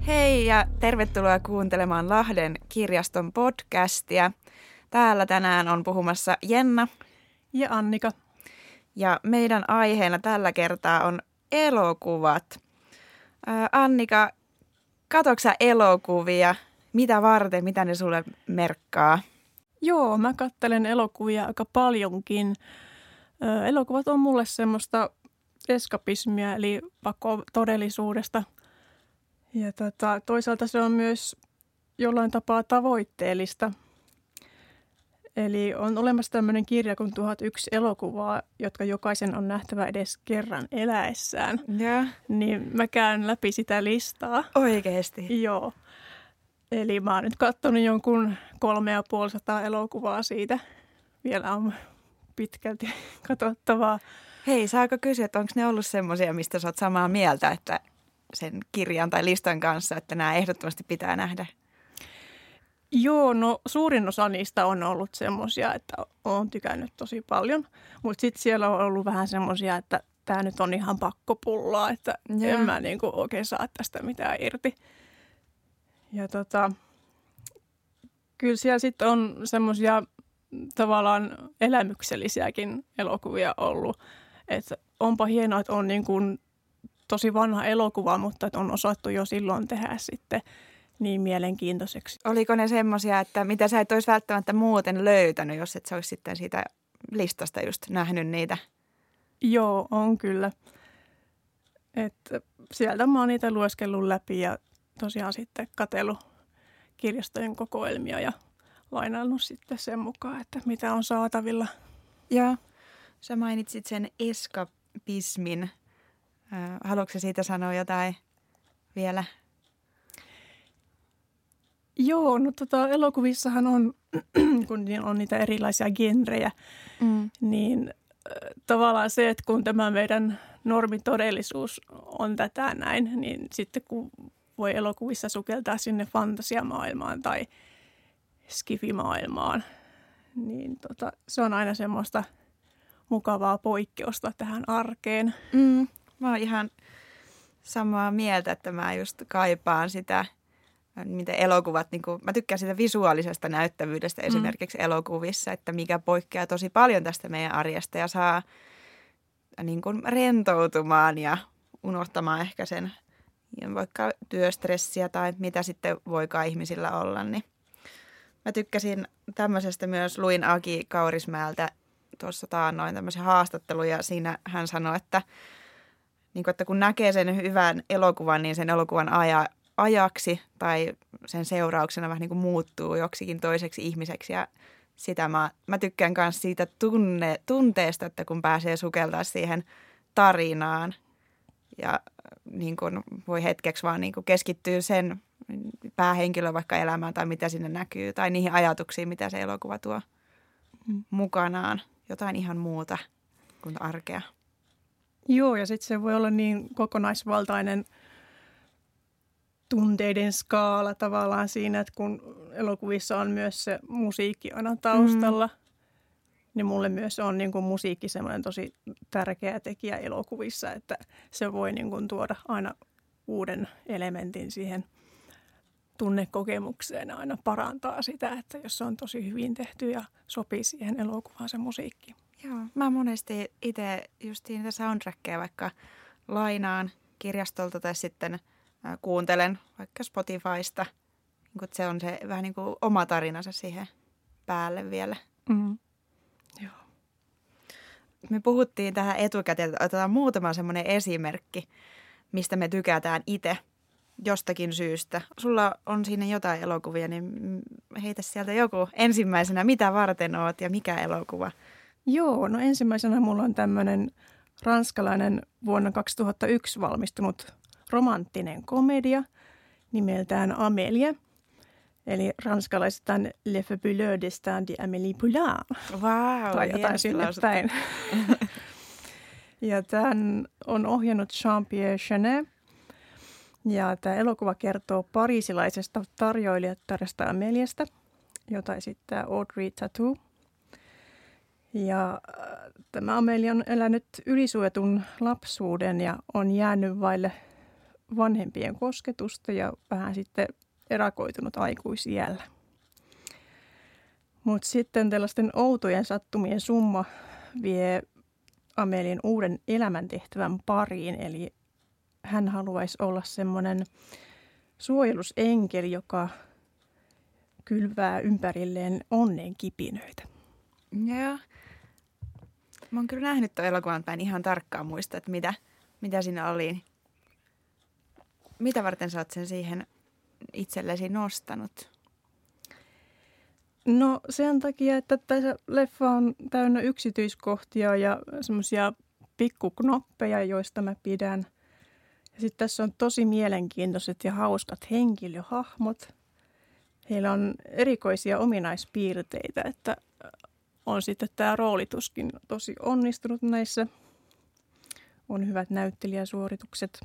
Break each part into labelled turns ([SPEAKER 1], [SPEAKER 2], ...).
[SPEAKER 1] Hei ja tervetuloa kuuntelemaan Lahden kirjaston podcastia. Täällä tänään on puhumassa Jenna
[SPEAKER 2] ja Annika.
[SPEAKER 1] Ja meidän aiheena tällä kertaa on elokuvat. Annika, katsotko sä elokuvia? Mitä varten, mitä ne sulle merkkaa?
[SPEAKER 2] Joo, mä katselen elokuvia aika paljonkin. Elokuvat on mulle semmoista eskapismia, eli pakoa todellisuudesta. Ja toisaalta se on myös jollain tapaa tavoitteellista. Eli on olemassa tämmöinen kirja kuin 1001 elokuvaa, jotka jokaisen on nähtävä edes kerran eläessään.
[SPEAKER 1] Ja.
[SPEAKER 2] Niin mä käyn läpi sitä listaa.
[SPEAKER 1] Oikeesti?
[SPEAKER 2] Joo. Eli mä oon nyt katsonut jonkun 350 elokuvaa siitä. Vielä on pitkälti katsottavaa.
[SPEAKER 1] Hei, saako kysyä, että onko ne ollut semmoisia, mistä sä oot samaa mieltä, että sen kirjan tai listan kanssa, että nämä ehdottomasti pitää nähdä?
[SPEAKER 2] Joo, no suurin osa niistä on ollut semmoisia, että oon tykännyt tosi paljon. Mutta sitten siellä on ollut vähän semmoisia, että tämä nyt on ihan pakkopullaa, että en mä niinku oikein saa tästä mitään irti. Ja kyllä siellä sitten on semmoisia tavallaan elämyksellisiäkin elokuvia ollut. Että onpa hienoa, että on niin kuin tosi vanha elokuva, mutta että on osattu jo silloin tehdä sitten niin mielenkiintoiseksi.
[SPEAKER 1] Oliko ne semmoisia, että mitä sä et olisi välttämättä muuten löytänyt, jos et sä olisi sitten siitä listasta just nähnyt niitä?
[SPEAKER 2] Joo, on kyllä. Että sieltä mä oon niitä lueskellut läpi ja tosiaan sitten katsellut kirjastojen kokoelmia ja lainaillut sitten sen mukaan, että mitä on saatavilla.
[SPEAKER 1] Joo, sä mainitsit sen eskapismin. Haluatko siitä sanoa jotain vielä?
[SPEAKER 2] Joo, no elokuvissahan on, kun on niitä erilaisia genrejä, niin tavallaan se, että kun tämä meidän normitodellisuus on tätä näin, niin sitten kun voi elokuvissa sukeltaa sinne fantasiamaailmaan tai skifimaailmaan, niin se on aina semmoista mukavaa poikkeusta tähän arkeen.
[SPEAKER 1] Mä oon ihan samaa mieltä, että mä just kaipaan sitä, miten elokuvat, niin kuin, mä tykkään sitä visuaalisesta näyttävyydestä esimerkiksi elokuvissa, että mikä poikkeaa tosi paljon tästä meidän arjesta ja saa niin kuin rentoutumaan ja unohtamaan ehkä sen vaikka työstressiä tai mitä sitten voikaan ihmisillä olla. Niin mä tykkäsin tämmöisestä myös, luin Aki Kaurismäeltä tuossa taannoin tämmöisen haastattelun ja siinä hän sanoi, että, niin kuin, että kun näkee sen hyvän elokuvan, niin sen elokuvan ajaksi tai sen seurauksena vähän niin kuin muuttuu joksikin toiseksi ihmiseksi ja sitä mä tykkään myös siitä tunteesta, että kun pääsee sukeltaa siihen tarinaan ja niin kuin voi hetkeksi vaan niin kuin keskittyä sen päähenkilön vaikka elämään tai mitä sinne näkyy tai niihin ajatuksiin, mitä se elokuva tuo mukanaan. Jotain ihan muuta kuin arkea.
[SPEAKER 2] Joo, ja sitten se voi olla niin kokonaisvaltainen tunteiden skaala tavallaan siinä, että kun elokuvissa on myös se musiikki aina taustalla, niin mulle myös on niin kuin musiikki semmoinen tosi tärkeä tekijä elokuvissa, että se voi niin kuin tuoda aina uuden elementin siihen tunnekokemukseen, aina parantaa sitä, että jos se on tosi hyvin tehty ja sopii siihen elokuvaan se musiikki.
[SPEAKER 1] Joo, mä monesti itse just niitä soundtrackeja vaikka lainaan kirjastolta tai sitten kuuntelen vaikka Spotifysta, niin se on se vähän niin kuin oma tarinansa siihen päälle vielä.
[SPEAKER 2] Joo.
[SPEAKER 1] Me puhuttiin tähän etukäteen, että otetaan muutama semmoinen esimerkki, mistä me tykätään itse jostakin syystä. Sulla on siinä jotain elokuvia, niin heitä sieltä joku ensimmäisenä. Mitä varten oot ja mikä elokuva?
[SPEAKER 2] Joo, no ensimmäisenä mulla on tämmöinen ranskalainen vuonna 2001 valmistunut romanttinen komedia nimeltään Amélie. Eli ranskalaistaan Le Fabuleux Destin d'Amélie Poulain.
[SPEAKER 1] Wow,
[SPEAKER 2] tai jotain sinne päin. Ja tämän on ohjannut Jean-Pierre Jeunet. Ja tämä elokuva kertoo pariisilaisesta tarjoilijattaresta Améliesta, jota esittää Audrey Tautou. Ja tämä Amélie on elänyt ylisuojatun lapsuuden ja on jäänyt vaille vanhempien kosketusta ja vähän sitten erakoitunut aikuisiällä. Mutta sitten tällaisten outojen sattumien summa vie Amelien uuden elämäntehtävän pariin, eli hän haluaisi olla semmoinen suojelusenkeli, joka kylvää ympärilleen onnen kipinöitä.
[SPEAKER 1] Joo. Mä oon kyllä nähnyt tuon elokuvan, mutta mä en ihan tarkkaan muista, että mitä siinä oli. Mitä varten sä oot sen siihen itsellesi nostanut?
[SPEAKER 2] No sen takia, että tässä leffa on täynnä yksityiskohtia ja semmoisia pikkuknoppeja, joista mä pidän. Ja sitten tässä on tosi mielenkiintoiset ja hauskat henkilöhahmot. Heillä on erikoisia ominaispiirteitä, että on sitten tämä roolituskin tosi onnistunut näissä. On hyvät näyttelijäsuoritukset.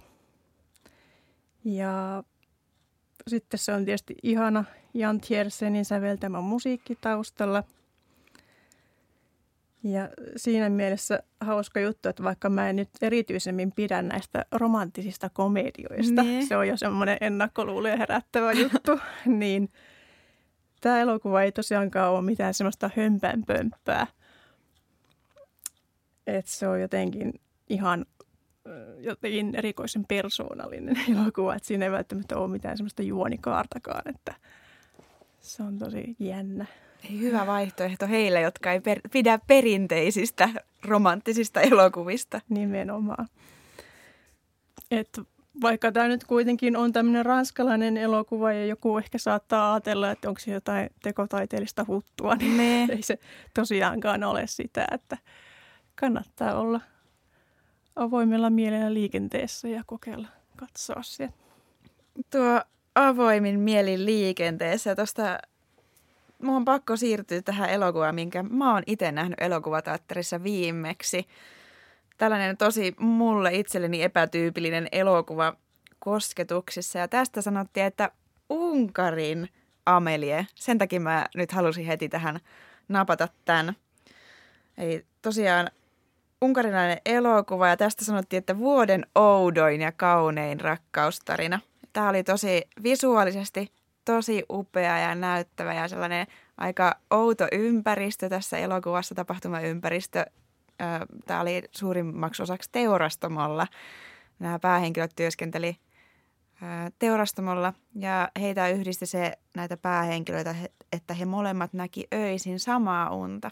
[SPEAKER 2] Ja sitten se on tietysti ihana Jan Tiersenin säveltämä musiikki taustalla. Ja siinä mielessä hauska juttu, että vaikka mä en nyt erityisemmin pidä näistä romanttisista komedioista, se on jo semmoinen ennakkoluuloja herättävä juttu, niin tämä elokuva ei tosiaankaan ole mitään semmoista hömpänpömppää. Että se on jotenkin ihan jotenkin erikoisen persoonallinen elokuva, että siinä ei välttämättä ole mitään semmoista juonikaartakaan, että se on tosi jännä.
[SPEAKER 1] Hyvä vaihtoehto heille, jotka ei pidä perinteisistä romanttisista elokuvista.
[SPEAKER 2] Nimenomaan. Et vaikka tämä nyt kuitenkin on tämmöinen ranskalainen elokuva ja joku ehkä saattaa ajatella, että onko se jotain tekotaiteellista huttua, niin ei se tosiaankaan ole sitä, että kannattaa olla avoimella mielellä liikenteessä ja kokeilla katsoa se.
[SPEAKER 1] Tuo avoimin mielin liikenteessä, tuosta mun on pakko siirtyä tähän elokuvaan, minkä mä oon itse nähnyt elokuvateatterissa viimeksi. Tällainen tosi mulle itselleni epätyypillinen elokuva kosketuksissa. Ja tästä sanottiin, että Unkarin Amelie. Sen takia mä nyt halusin heti tähän napata tämän. Eli tosiaan unkarilainen elokuva ja tästä sanottiin, että vuoden oudoin ja kaunein rakkaustarina. Tämä oli tosi visuaalisesti tosi upea ja näyttävä ja sellainen aika outo ympäristö tässä elokuvassa, tapahtumaympäristö. Tämä oli suurimmaksi osaksi teurastamolla. Nämä päähenkilöt työskenteli teurastamolla ja heitä yhdisti se näitä päähenkilöitä, että he molemmat näki öisin samaa unta.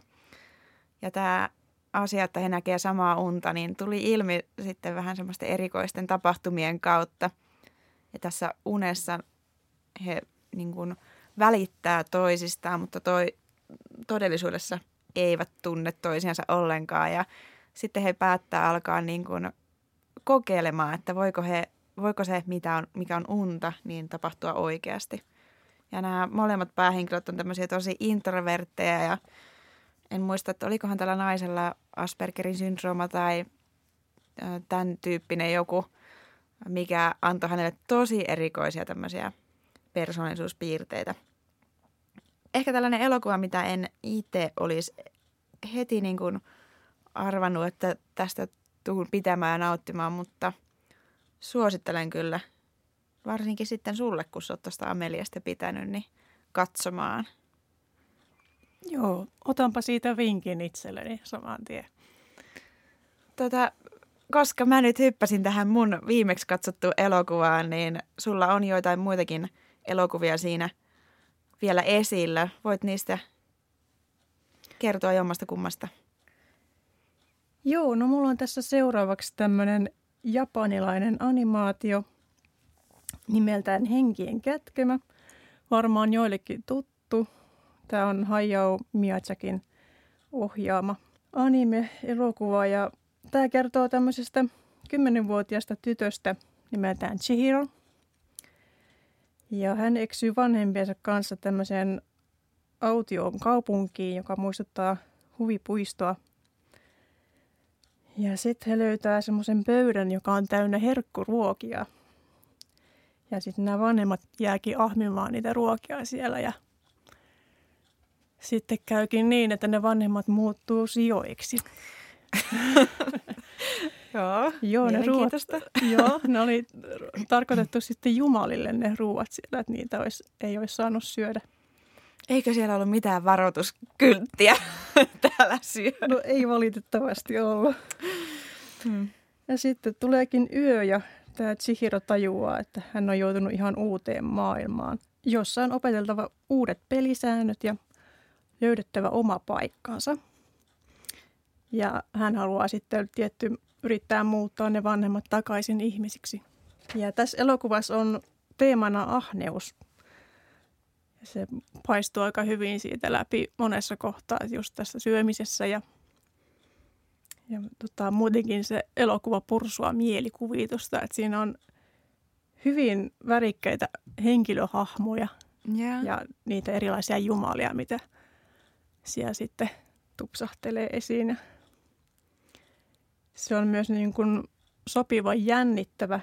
[SPEAKER 1] Ja tämä asia, että he näkee samaa unta, niin tuli ilmi sitten vähän semmoisten erikoisten tapahtumien kautta. Ja tässä unessa he niin kuin välittää toisistaan, mutta todellisuudessa eivät tunne toisiansa ollenkaan. Ja sitten he päättää alkaa niin kuin kokeilemaan, että voiko se, mikä on unta, niin tapahtua oikeasti. Ja nämä molemmat päähenkilöt on tämmöisiä tosi introvertteja ja en muista, että olikohan tällä naisella Aspergerin syndrooma tai tämän tyyppinen joku, mikä antoi hänelle tosi erikoisia tämmöisiä persoonallisuuspiirteitä. Ehkä tällainen elokuva, mitä en itse olisi heti niin kuin arvannut, että tästä tuun pitämään ja nauttimaan, mutta suosittelen kyllä, varsinkin sitten sulle, kun sä oot tuosta Ameliasta pitänyt, niin katsomaan.
[SPEAKER 2] Joo, otanpa siitä vinkin itselleni saman tien.
[SPEAKER 1] Koska mä nyt hyppäsin tähän mun viimeksi katsottuun elokuvaan, niin sulla on joitain muitakin elokuvia siinä vielä esillä. Voit niistä kertoa jommasta kummasta?
[SPEAKER 2] Joo, no mulla on tässä seuraavaksi tämmöinen japanilainen animaatio nimeltään Henkien kätkemä. Varmaan joillekin tuttu. Tämä on Hayao Miyazakin ohjaama anime-elokuva ja tämä kertoo tämmöisestä 10-vuotiaasta tytöstä nimeltään Chihiro. Ja hän eksyy vanhempiensa kanssa tämmöiseen autioon kaupunkiin, joka muistuttaa huvipuistoa. Ja sitten he löytää semmoisen pöydän, joka on täynnä herkkuruokia. Ja sitten nämä vanhemmat jääkin ahmimaan niitä ruokia siellä ja sitten käykin niin, että ne vanhemmat muuttuu sijoiksi. Joo, ne ruuat, ne oli tarkoitettu sitten jumalille ne ruuat siellä, että niitä ei olisi saanut syödä.
[SPEAKER 1] Eikö siellä ollut mitään varoituskylttiä täällä syödä?
[SPEAKER 2] No ei valitettavasti ollut. Ja sitten tuleekin yö ja tämä Chihiro tajuaa, että hän on joutunut ihan uuteen maailmaan, jossa on opeteltava uudet pelisäännöt ja löydettävä oma paikkansa. Ja hän haluaa sitten yrittää muuttaa ne vanhemmat takaisin ihmisiksi. Ja tässä elokuvassa on teemana ahneus. Se paistuu aika hyvin siitä läpi monessa kohtaa, just tässä syömisessä. Ja muutenkin se elokuva pursua mielikuvitusta, että siinä on hyvin värikkäitä henkilöhahmoja ja niitä erilaisia jumalia, mitä siellä sitten tupsahtelee esiin. Se on myös niin kuin sopivan jännittävä,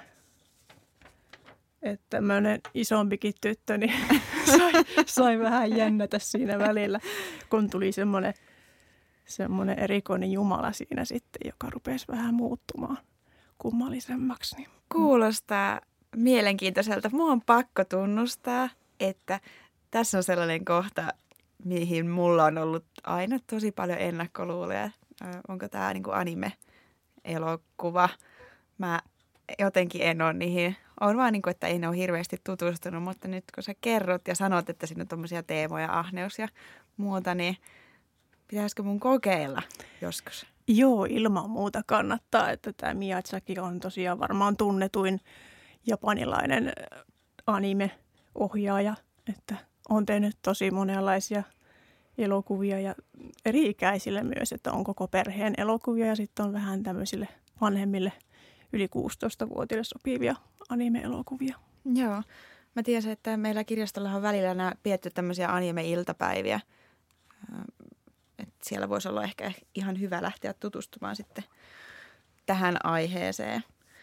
[SPEAKER 2] että tämmöinen isompikin tyttö niin sai vähän jännätä siinä välillä, kun tuli semmoinen erikoinen jumala siinä sitten, joka rupesi vähän muuttumaan kummallisemmaksi. Niin.
[SPEAKER 1] Kuulostaa mielenkiintoiselta. Mua on pakko tunnustaa, että tässä on sellainen kohta, mihin mulla on ollut aina tosi paljon ennakkoluuloja. Onko tämä niin kuin anime-elokuva? Mä jotenkin en ole niihin. On vaan niin kuin, että en ole hirveästi tutustunut, mutta nyt kun sä kerrot ja sanot, että siinä on tommosia teemoja, ahneus ja muuta, niin pitäisikö mun kokeilla joskus?
[SPEAKER 2] Joo, ilman muuta kannattaa, että tämä Miyazaki on tosiaan varmaan tunnetuin japanilainen anime-ohjaaja, että on tehnyt tosi monenlaisia elokuvia ja eri-ikäisille myös, että on koko perheen elokuvia ja sitten on vähän tämmöisille vanhemmille yli 16-vuotiaille sopivia anime-elokuvia.
[SPEAKER 1] Joo. Mä tiesin, että meillä kirjastolla on välillä pidetty tämmöisiä anime-iltapäiviä. Että siellä voisi olla ehkä ihan hyvä lähteä tutustumaan sitten tähän aiheeseen.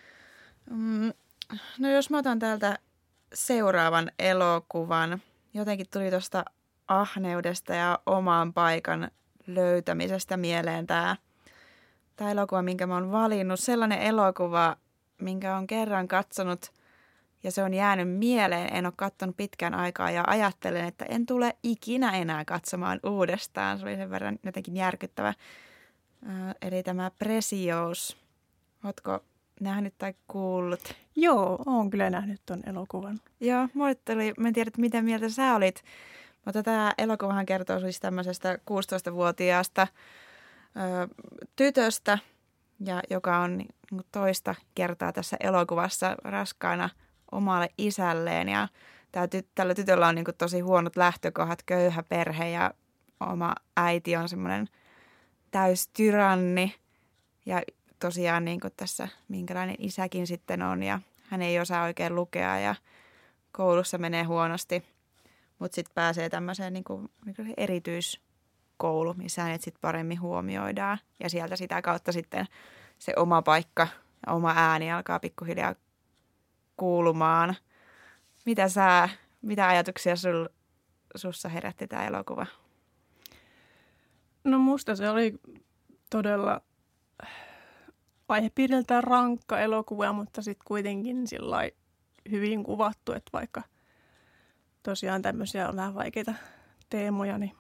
[SPEAKER 1] No jos mä otan täältä seuraavan elokuvan. Jotenkin tuli tuosta ahneudesta ja oman paikan löytämisestä mieleen tämä elokuva, minkä mä oon valinnut. Sellainen elokuva, minkä on kerran katsonut ja se on jäänyt mieleen. En ole katsonut pitkään aikaa ja ajattelen, että en tule ikinä enää katsomaan uudestaan. Se oli sen verran jotenkin järkyttävä. Eli tämä Precious. Ootko nähnyt tai kuullut?
[SPEAKER 2] Joo, oon kyllä nähnyt ton elokuvan.
[SPEAKER 1] Joo, mä en tiedä, mitä mieltä sä olit. Mutta tämä elokuvahan kertoo siis tämmöisestä 16-vuotiaasta tytöstä, joka on toista kertaa tässä elokuvassa raskaana omalle isälleen. Ja tällä tytöllä on tosi huonot lähtökohdat, köyhä perhe ja oma äiti on semmoinen täystyranni. Ja tosiaan tässä minkälainen isäkin sitten on ja hän ei osaa oikein lukea ja koulussa menee huonosti. Mutta sitten pääsee tämmöiseen erityiskoulu, missä hänet sitten paremmin huomioidaan. Ja sieltä sitä kautta sitten se oma paikka ja oma ääni alkaa pikkuhiljaa kuulumaan. Mitä ajatuksia sussa herätti tämä elokuva?
[SPEAKER 2] No musta se oli todella aihepiiriltään rankka elokuva, mutta sitten kuitenkin sillai hyvin kuvattu, että vaikka tosiaan tämmöisiä on vähän vaikeita teemoja, niin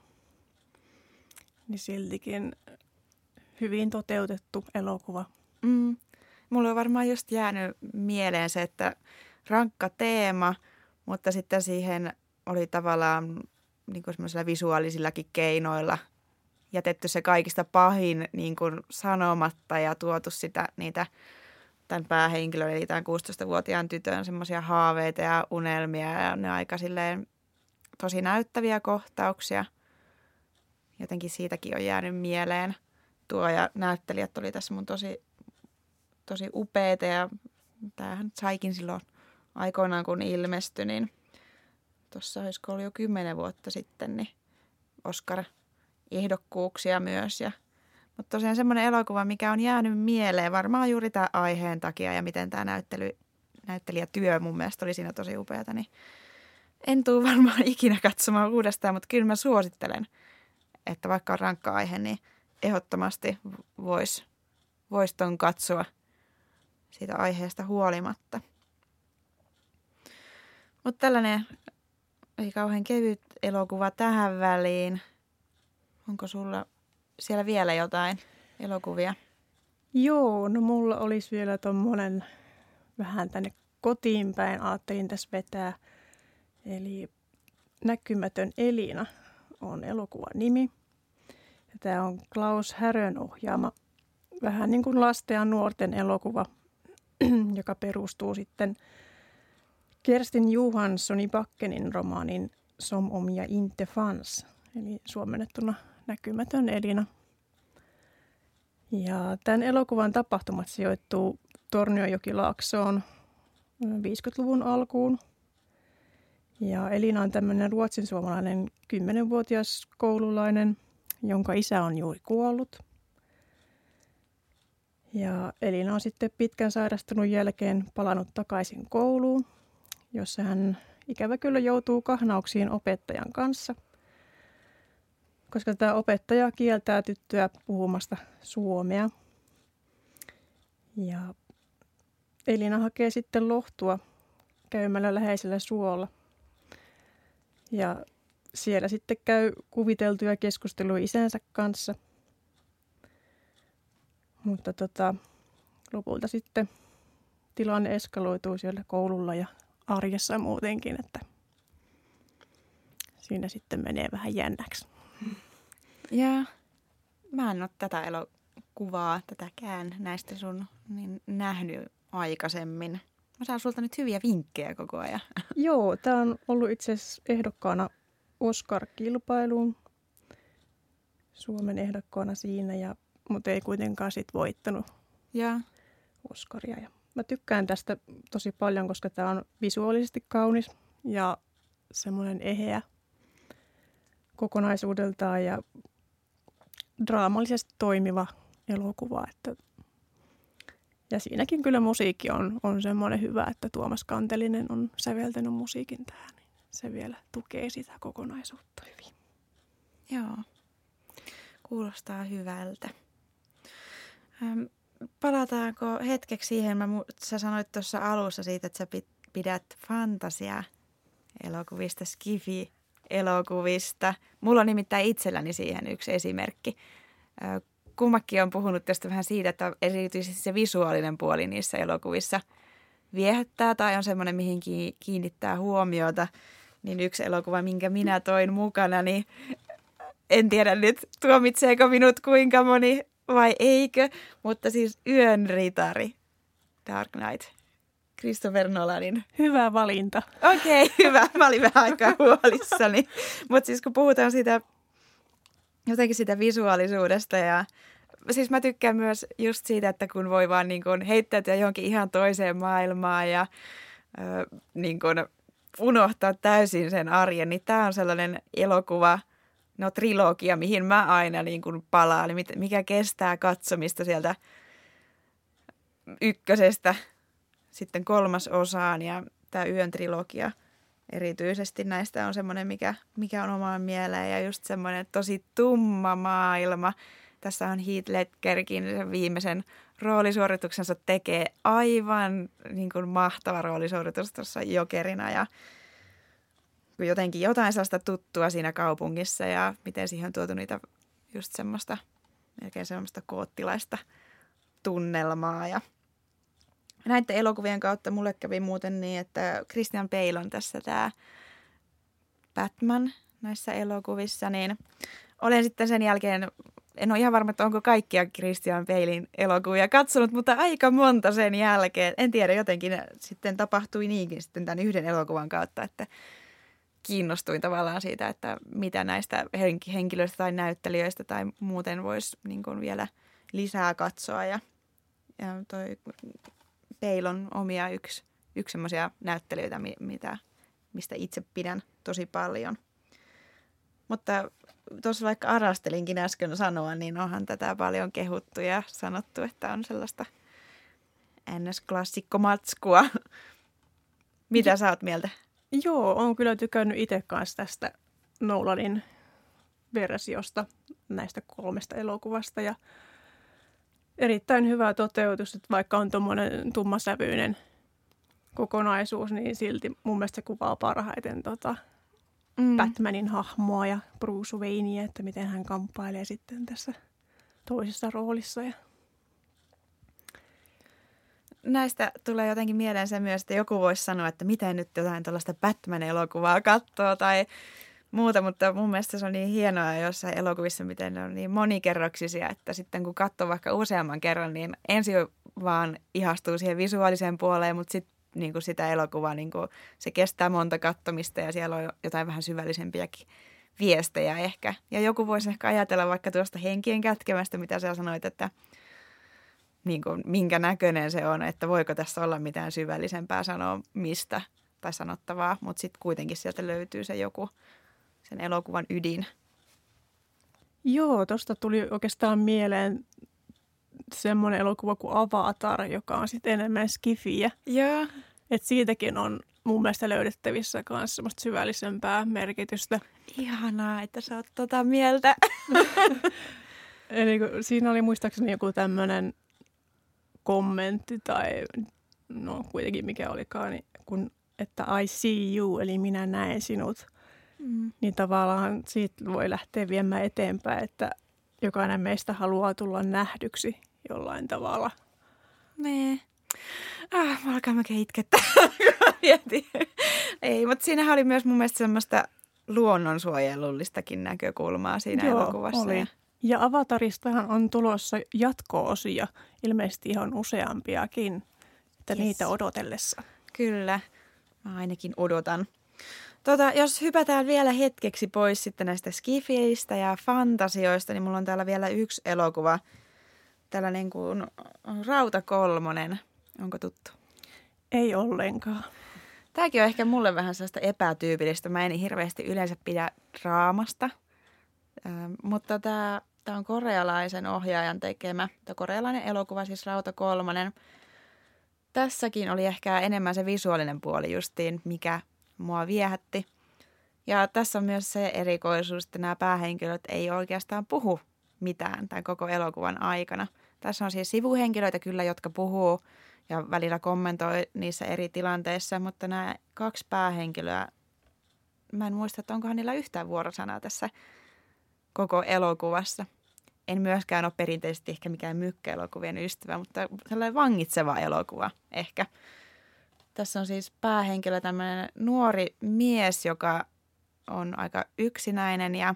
[SPEAKER 2] siltikin hyvin toteutettu elokuva.
[SPEAKER 1] Mulla on varmaan just jäänyt mieleen se, että rankka teema, mutta sitten siihen oli tavallaan niin kuin semmoisilla visuaalisillakin keinoilla jätetty se kaikista pahin niin kuin sanomatta ja tuotu tämän päähenkilön, eli tämän 16-vuotiaan tytön semmoisia haaveita ja unelmia ja ne aika silleen tosi näyttäviä kohtauksia. Jotenkin siitäkin on jäänyt mieleen tuo ja näyttelijät oli tässä mun tosi upeita ja tämähän saikin silloin aikoinaan kun ilmestyi, niin tuossa olisiko ollut jo 10 vuotta sitten, niin Oscar-ehdokkuuksia myös. Mutta tosiaan semmoinen elokuva, mikä on jäänyt mieleen varmaan juuri tämän aiheen takia ja miten tämä näyttelijätyö mun mielestä oli siinä tosi upeata, niin en tule varmaan ikinä katsomaan uudestaan, mutta kyllä mä suosittelen, että vaikka on rankka aihe, niin ehdottomasti vois ton katsoa siitä aiheesta huolimatta. Mutta tällainen ei kauhean kevyt elokuva tähän väliin. Onko sulla siellä vielä jotain elokuvia?
[SPEAKER 2] Joo, no mulla olisi vielä tommonen vähän tänne kotiin päin ajattelin tässä vetää. Eli Näkymätön Elina on elokuvan nimi. Tämä on Klaus Härön ohjaama vähän niin kuin lasten ja nuorten elokuva, joka perustuu sitten Kerstin Johanssonin Bakkenin romaanin Som om jag inte fanns, eli suomennettuna Näkymätön Elina. Ja tämän elokuvan tapahtumat sijoittuu Tornionjokilaaksoon 50-luvun alkuun. Ja Elina on tämmöinen ruotsin-suomalainen 10-vuotias koululainen, jonka isä on juuri kuollut. Ja Elina on sitten pitkän sairastunut jälkeen palannut takaisin kouluun, jossa hän ikävä kyllä joutuu kahnauksiin opettajan kanssa, koska tämä opettaja kieltää tyttöä puhumasta suomea. Ja Elina hakee sitten lohtua käymällä läheisellä suolla. Ja siellä sitten käy kuviteltuja keskusteluja isänsä kanssa. Mutta lopulta sitten tilanne eskaloituu siellä koululla ja arjessa muutenkin, että siinä sitten menee vähän jännäksi.
[SPEAKER 1] Ja mä en ole tätä elokuvaa, tätäkään näistä sun nähnyt aikaisemmin. Mä saan sulta nyt hyviä vinkkejä koko ajan.
[SPEAKER 2] Joo, tää on ollut itse asiassa ehdokkaana Oscar-kilpailuun. Suomen ehdokkaana siinä, mutta ei kuitenkaan sit voittanut Oscaria. Ja mä tykkään tästä tosi paljon, koska tää on visuaalisesti kaunis ja semmoinen eheä kokonaisuudeltaan ja draamallisesti toimiva elokuva. Ja siinäkin kyllä musiikki on semmoinen hyvä, että Tuomas Kantelinen on säveltänyt musiikin tähän. Niin se vielä tukee sitä kokonaisuutta hyvin.
[SPEAKER 1] Joo, kuulostaa hyvältä. Palataanko hetkeksi siihen, sä sanoit tuossa alussa siitä, että sä pidät fantasia-elokuvista, skifi-elokuvista. Mulla on nimittäin itselläni siihen yksi esimerkki. Kummakin on puhunut tästä vähän siitä, että erityisesti se visuaalinen puoli niissä elokuvissa viehättää tai on semmoinen, mihin kiinnittää huomiota. Niin yksi elokuva, minkä minä toin mukana, niin en tiedä nyt tuomitseeko minut kuinka moni vai eikö, mutta siis Yön ritari, Dark Knight, Christopher Nolanin.
[SPEAKER 2] Hyvä valinta.
[SPEAKER 1] Okei, hyvä. Mä olin vähän aikaa huolissani. Mutta siis kun puhutaan siitä, jotenkin sitä visuaalisuudesta ja siis mä tykkään myös just siitä, että kun voi vaan niin kuin heittäytyä johonkin ihan toiseen maailmaan ja niin kuin unohtaa täysin sen arjen, niin tää on sellainen elokuva, trilogia, mihin mä aina niin kuin palaan, mikä kestää katsomista sieltä ykkösestä sitten 3. osaan ja tämä Yön trilogia erityisesti näistä on semmoinen, mikä on omaan mieleen ja just semmoinen tosi tumma maailma. Tässä on Heath Ledgerkin viimeisen roolisuorituksensa tekee aivan niin kuin mahtava roolisuoritus tuossa Jokerina ja jotenkin jotain sellaista tuttua siinä kaupungissa ja miten siihen on tuotu niitä just semmoista, melkein semmoista koottilaista tunnelmaa. Ja näiden elokuvien kautta mulle kävi muuten niin, että Christian Bale on tässä tämä Batman näissä elokuvissa, niin olen sitten sen jälkeen, en ole ihan varma, että onko kaikkia Christian Balein elokuvia katsonut, mutta aika monta sen jälkeen. En tiedä, jotenkin sitten tapahtui niinkin sitten tämän yhden elokuvan kautta, että kiinnostuin tavallaan siitä, että mitä näistä henkilöistä tai näyttelijöistä tai muuten voisi niin kuin vielä lisää katsoa. Ja toi Bale on omia yksi semmoisia näyttelijöitä, mistä itse pidän tosi paljon. Mutta tuossa vaikka arastelinkin äsken sanoa, niin onhan tätä paljon kehuttu ja sanottu, että on sellaista NS-klassikkomatskua. Mitä sä oot mieltä?
[SPEAKER 2] Joo, olen kyllä tykännyt itse kanssa tästä Nolanin versiosta näistä 3 elokuvasta. Ja erittäin hyvä toteutus, että vaikka on tuommoinen tummasävyinen kokonaisuus, niin silti mun mielestä se kuvaa parhaiten Batmanin hahmoa ja Bruce Wayneä, että miten hän kamppailee sitten tässä toisessa roolissa.
[SPEAKER 1] Näistä tulee jotenkin mieleen se myös, että joku voisi sanoa, että miten nyt jotain tuollaista Batman-elokuvaa katsoo tai muuta, mutta mun mielestä se on niin hienoa jossain elokuvissa, miten ne on niin monikerroksisia, että sitten kun katsoo vaikka useamman kerran, niin ensin vaan ihastuu siihen visuaaliseen puoleen, mutta sitten niin kuin sitä elokuvaa, niin kuin se kestää monta katsomista ja siellä on jotain vähän syvällisempiäkin viestejä ehkä. Ja joku voisi ehkä ajatella vaikka tuosta henkien kätkemästä, mitä sä sanoit, että niin kuin, minkä näköinen se on, että voiko tässä olla mitään syvällisempää sanomista tai sanottavaa, mutta sitten kuitenkin sieltä löytyy se joku sen elokuvan ydin.
[SPEAKER 2] Joo, tuosta tuli oikeastaan mieleen semmoinen elokuva kuin Avatar, joka on sitten enemmän skifiä.
[SPEAKER 1] Joo.
[SPEAKER 2] Et siitäkin on mun mielestä löydettävissä myös semmoista syvällisempää merkitystä.
[SPEAKER 1] Ihanaa, että sä oot tota mieltä.
[SPEAKER 2] Eli siinä oli muistaakseni joku tämmöinen kommentti tai no kuitenkin mikä olikaan, niin kun, että I see you, eli minä näen sinut. Niin tavallaan siitä voi lähteä viemään eteenpäin, että jokainen meistä haluaa tulla nähdyksi jollain tavalla.
[SPEAKER 1] Nee. Mä alkaa melkein itkettää. Ei, mutta siinähän oli myös mun mielestä semmoista luonnonsuojelullistakin näkökulmaa siinä elokuvassa.
[SPEAKER 2] Oli. Ja Avataristahan on tulossa jatko-osia, ilmeisesti ihan useampiakin, että niitä odotellessa.
[SPEAKER 1] Kyllä, mä ainakin odotan. Jos hypätään vielä hetkeksi pois sitten näistä skifeistä ja fantasioista, niin mulla on täällä vielä yksi elokuva, tällainen kuin Rauta kolmonen. Onko tuttu?
[SPEAKER 2] Ei ollenkaan.
[SPEAKER 1] Tämäkin on ehkä mulle vähän sellaista epätyypillistä. Mä en hirveästi yleensä pidä draamasta, mutta tämä on korealaisen ohjaajan tekemä. Tämä korealainen elokuva, siis Rauta kolmonen. Tässäkin oli ehkä enemmän se visuaalinen puoli justiin, mikä mua viehätti. Ja tässä on myös se erikoisuus, että nämä päähenkilöt ei oikeastaan puhu mitään tämän koko elokuvan aikana. Tässä on siis sivuhenkilöitä kyllä, jotka puhuu ja välillä kommentoi niissä eri tilanteissa, mutta nämä kaksi päähenkilöä, mä en muista, että onkohan niillä yhtään vuorosanaa tässä koko elokuvassa. En myöskään ole perinteisesti ehkä mikään mykkäelokuvien ystävä, mutta sellainen vangitseva elokuva ehkä. Tässä on siis päähenkilö tämmöinen nuori mies, joka on aika yksinäinen ja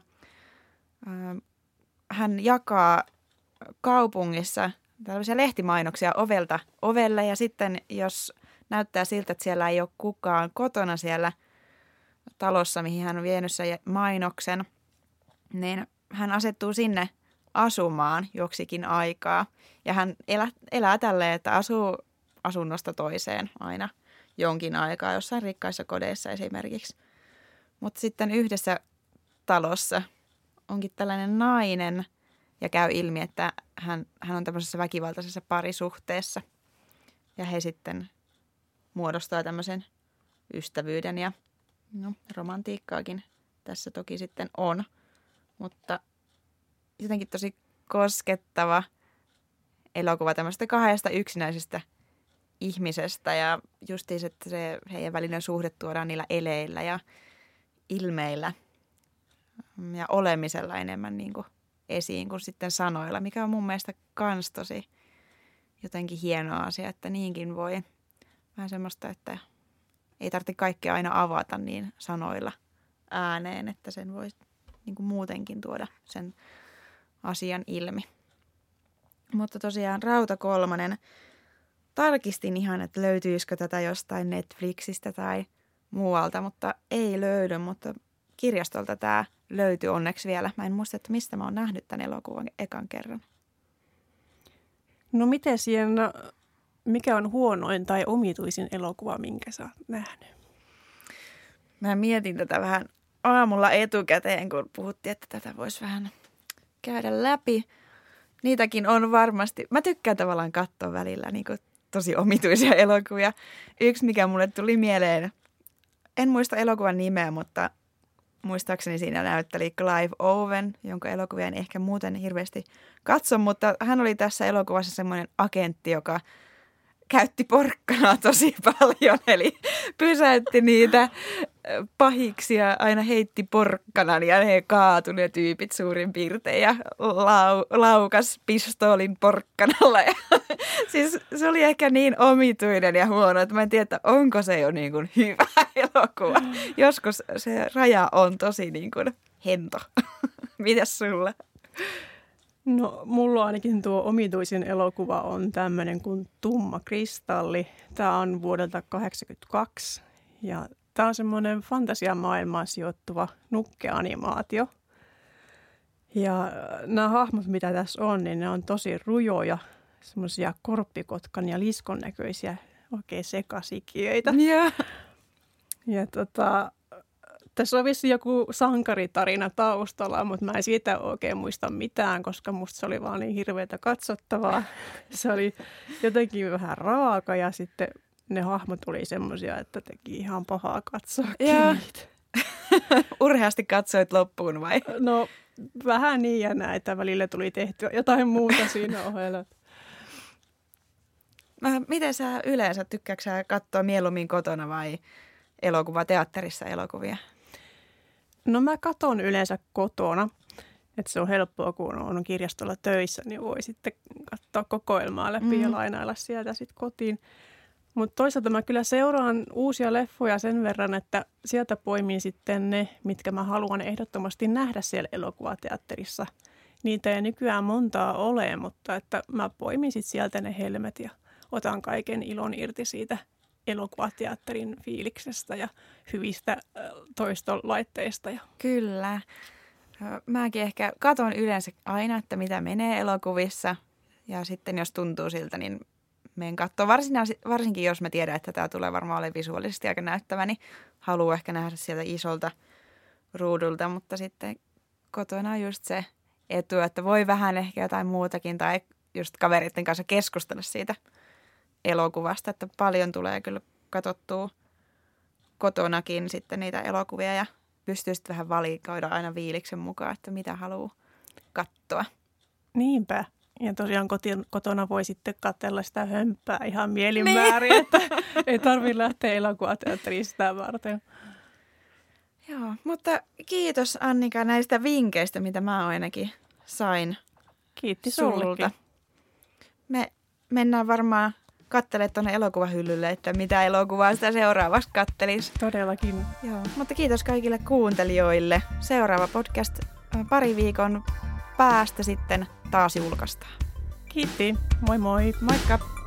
[SPEAKER 1] hän jakaa kaupungissa tällaisia lehtimainoksia ovelta ovelle ja sitten jos näyttää siltä, että siellä ei ole kukaan kotona siellä talossa, mihin hän on vienyt sen mainoksen, niin hän asettuu sinne asumaan joksikin aikaa ja hän elää tälleen, että asuu asunnosta toiseen aina jonkin aikaa jossain rikkaissa kodeissa esimerkiksi. Mutta sitten yhdessä talossa onkin tällainen nainen ja käy ilmi, että hän on tämmöisessä väkivaltaisessa parisuhteessa. Ja he sitten muodostaa tämmöisen ystävyyden ja romantiikkaakin tässä toki sitten on. Mutta jotenkin tosi koskettava elokuva tämmöistä kahdesta yksinäisestä ihmisestä ja justiin, että se heidän välinen suhde tuodaan niillä eleillä ja ilmeillä ja olemisella enemmän niin kuin esiin kuin sitten sanoilla, mikä on mun mielestä kans tosi jotenkin hieno asia, että niinkin voi. Vähän semmoista, että ei tarvitse kaikkea aina avata niin sanoilla ääneen, että sen voi niin kuin muutenkin tuoda sen asian ilmi. Mutta tosiaan Rauta kolmonen. Tarkistin ihan, että löytyisikö tätä jostain Netflixistä tai muualta, mutta ei löydy, mutta kirjastolta tämä löytyy onneksi vielä. Mä en muista, että mistä mä oon nähnyt tämän elokuvan ekan kerran.
[SPEAKER 2] No miten siinä, mikä on huonoin tai omituisin elokuva, minkä sä oot nähnyt?
[SPEAKER 1] Mä mietin tätä vähän aamulla etukäteen, kun puhuttiin, että tätä voisi vähän käydä läpi. Niitäkin on varmasti. Mä tykkään tavallaan katsoa välillä niin kuin tosi omituisia elokuvia. Yksi, mikä mulle tuli mieleen, en muista elokuvan nimeä, mutta muistaakseni siinä näytteli Clive Owen, jonka elokuvia en ehkä muuten hirveästi katso, mutta hän oli tässä elokuvassa semmoinen agentti, joka käytti porkkanaa tosi paljon, eli pysäytti niitä pahiksia, aina heitti porkkanan ja ne kaatui ne tyypit suurin piirtein ja laukas pistoolin porkkanalla. Ja, siis se oli ehkä niin omituinen ja huono, että mä en tiedä, että onko se jo niin kuin hyvä elokuva. Joskus se raja on tosi niin kuin hento. Mitäs sulla?
[SPEAKER 2] No, mulla ainakin tuo omituisin elokuva on tämmöinen kuin Tumma kristalli. Tämä on vuodelta 1982 ja tämä on semmoinen fantasiamaailmaan sijoittuva nukkeanimaatio. Ja nämä hahmot, mitä tässä on, niin ne on tosi rujoja, semmoisia korppikotkan ja liskon näköisiä oikein sekasikiöitä.
[SPEAKER 1] Yeah.
[SPEAKER 2] Ja tässä on vissi joku sankaritarina taustalla, mutta mä en siitä oikein muista mitään, koska musta se oli vaan niin hirveätä katsottavaa. Se oli jotenkin vähän raaka ja sitten ne hahmot oli semmoisia, että teki ihan pahaa katsoa niitä.
[SPEAKER 1] Urheasti katsoit loppuun vai?
[SPEAKER 2] No vähän niin ja näin, että välillä tuli tehtyä jotain muuta siinä ohella.
[SPEAKER 1] Miten sä yleensä tykkääksä sä katsoa mieluummin kotona vai elokuvateatterissa elokuvia?
[SPEAKER 2] No mä katon yleensä kotona, että se on helppoa, kun on kirjastolla töissä, niin voi sitten katsoa kokoelmaa läpi ja lainailla sieltä sitten kotiin. Mutta toisaalta mä kyllä seuraan uusia leffoja sen verran, että sieltä poimin sitten ne, mitkä mä haluan ehdottomasti nähdä siellä elokuvateatterissa. Niitä ei nykyään montaa ole, mutta että mä poimin sitten sieltä ne helmet ja otan kaiken ilon irti siitä elokuvateatterin fiiliksestä ja hyvistä toistolaitteista.
[SPEAKER 1] Kyllä. Mäkin ehkä katon yleensä aina, että mitä menee elokuvissa ja sitten jos tuntuu siltä, niin menen katsoa. Varsinkin jos mä tiedän, että tämä tulee varmaan olemaan visuaalisesti aika näyttävä, niin haluan ehkä nähdä sieltä isolta ruudulta, mutta sitten kotona on just se etu, että voi vähän ehkä jotain muutakin tai just kaveritten kanssa keskustella siitä elokuvasta, että paljon tulee kyllä katsottua kotonakin sitten niitä elokuvia ja pystyy sitten vähän valikoida aina fiiliksen mukaan, että mitä haluaa katsoa.
[SPEAKER 2] Niinpä. Ja tosiaan kotona voi sitten katsella sitä hömppää ihan mielinmäärin, että ei tarvitse lähteä elokuvateatteriin sitä varten.
[SPEAKER 1] Joo, mutta kiitos Annika näistä vinkkeistä, mitä mä ainakin sain.
[SPEAKER 2] Kiitti sullekin.
[SPEAKER 1] Me mennään varmaan katselemaan tuonne elokuvahyllylle, että mitä elokuvaa sitä seuraavaksi kattelisi.
[SPEAKER 2] Todellakin.
[SPEAKER 1] Joo, mutta kiitos kaikille kuuntelijoille. Seuraava podcast pari viikon päästä sitten taas julkaistaan.
[SPEAKER 2] Kiitti. Moi moi.
[SPEAKER 1] Moikka.